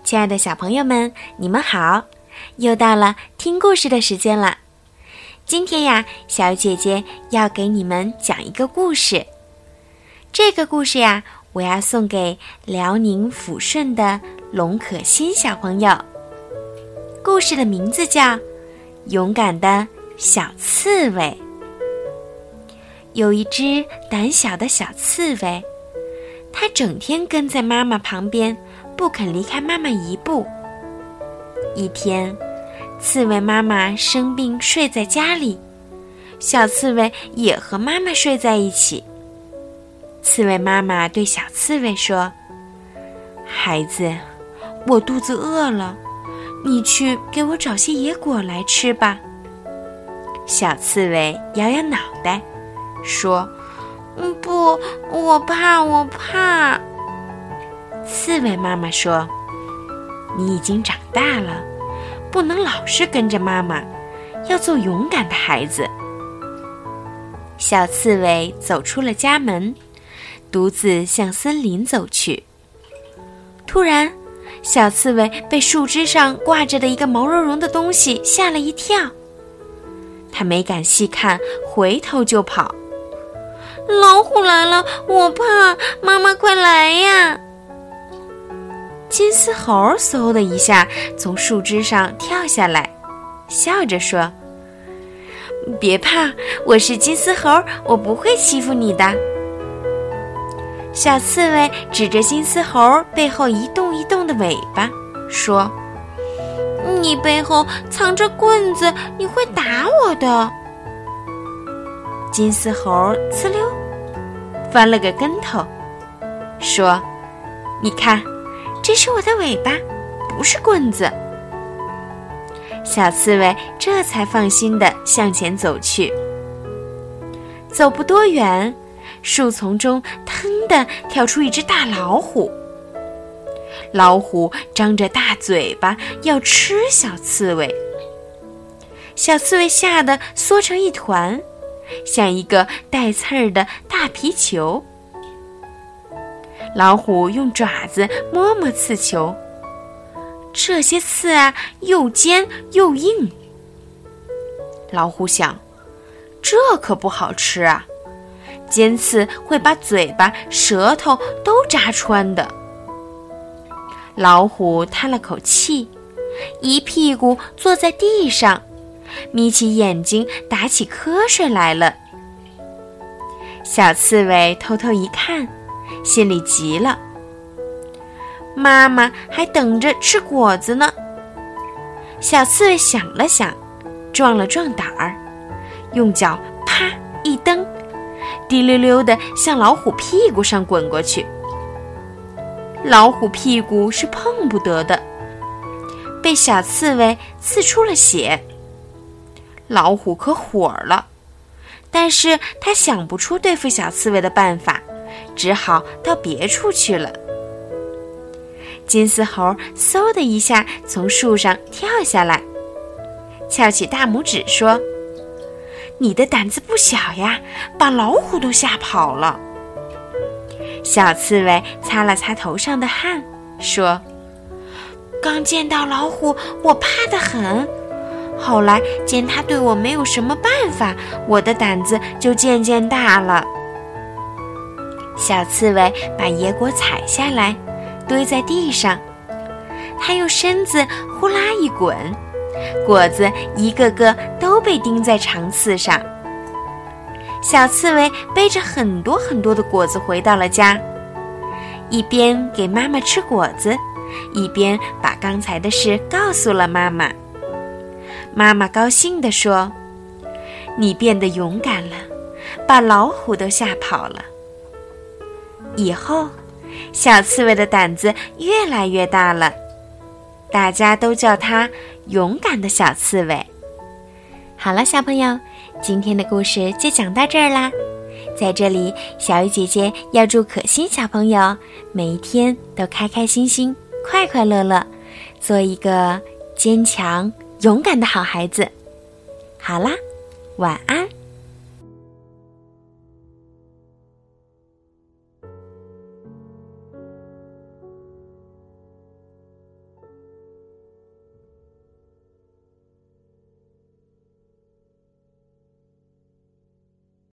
亲爱的小朋友们，你们好，又到了听故事的时间了。今天呀，小鱼姐姐要给你们讲一个故事。这个故事呀，我要送给辽宁抚顺的龙可欣小朋友。故事的名字叫《勇敢的小刺猬》。有一只胆小的小刺猬，它整天跟在妈妈旁边，不肯离开妈妈一步。一天，刺猬妈妈生病睡在家里，小刺猬也和妈妈睡在一起。刺猬妈妈对小刺猬说：“孩子，我肚子饿了，你去给我找些野果来吃吧。”小刺猬摇摇脑袋说：“不，我怕。”刺猬妈妈说：“你已经长大了，不能老是跟着妈妈，要做勇敢的孩子。”小刺猬走出了家门，独自向森林走去。突然，小刺猬被树枝上挂着的一个毛茸茸的东西吓了一跳，它没敢细看，回头就跑。老虎来了，我怕，妈妈快来呀！金丝猴嗖的一下从树枝上跳下来，笑着说：“别怕，我是金丝猴，我不会欺负你的。”小刺猬指着金丝猴背后一动一动的尾巴说：“你背后藏着棍子，你会打我的。”金丝猴呲溜翻了个跟头，说：“你看，这是我的尾巴，不是棍子。”小刺猬这才放心地向前走去。走不多远，树丛中腾地跳出一只大老虎。老虎张着大嘴巴要吃小刺猬，小刺猬吓得缩成一团，像一个带刺儿的大皮球。老虎用爪子摸摸刺球，这些刺啊，又尖又硬。老虎想，这可不好吃啊，尖刺会把嘴巴、舌头都扎穿的。老虎叹了口气，一屁股坐在地上，眯起眼睛打起瞌睡来了。小刺猬偷偷一看，心里急了，妈妈还等着吃果子呢。小刺猬想了想，壮了壮胆儿，用脚啪一蹬，滴溜溜地向老虎屁股上滚过去。老虎屁股是碰不得的，被小刺猬刺出了血。老虎可火了，但是他想不出对付小刺猬的办法，只好到别处去了。金丝猴嗖的一下从树上跳下来，翘起大拇指说：“你的胆子不小呀，把老虎都吓跑了。”小刺猬擦了擦头上的汗，说：“刚见到老虎，我怕得很。后来见它对我没有什么办法，我的胆子就渐渐大了。”小刺猬把野果采下来，堆在地上，它用身子呼啦一滚，果子一个个都被钉在长刺上。小刺猬背着很多很多的果子回到了家，一边给妈妈吃果子，一边把刚才的事告诉了妈妈。妈妈高兴地说：“你变得勇敢了，把老虎都吓跑了。”以后，小刺猬的胆子越来越大了，大家都叫它勇敢的小刺猬。好了，小朋友，今天的故事就讲到这儿啦。在这里，小鱼姐姐要祝可欣小朋友每一天都开开心心、快快乐乐，做一个坚强勇敢的好孩子。好啦，晚安。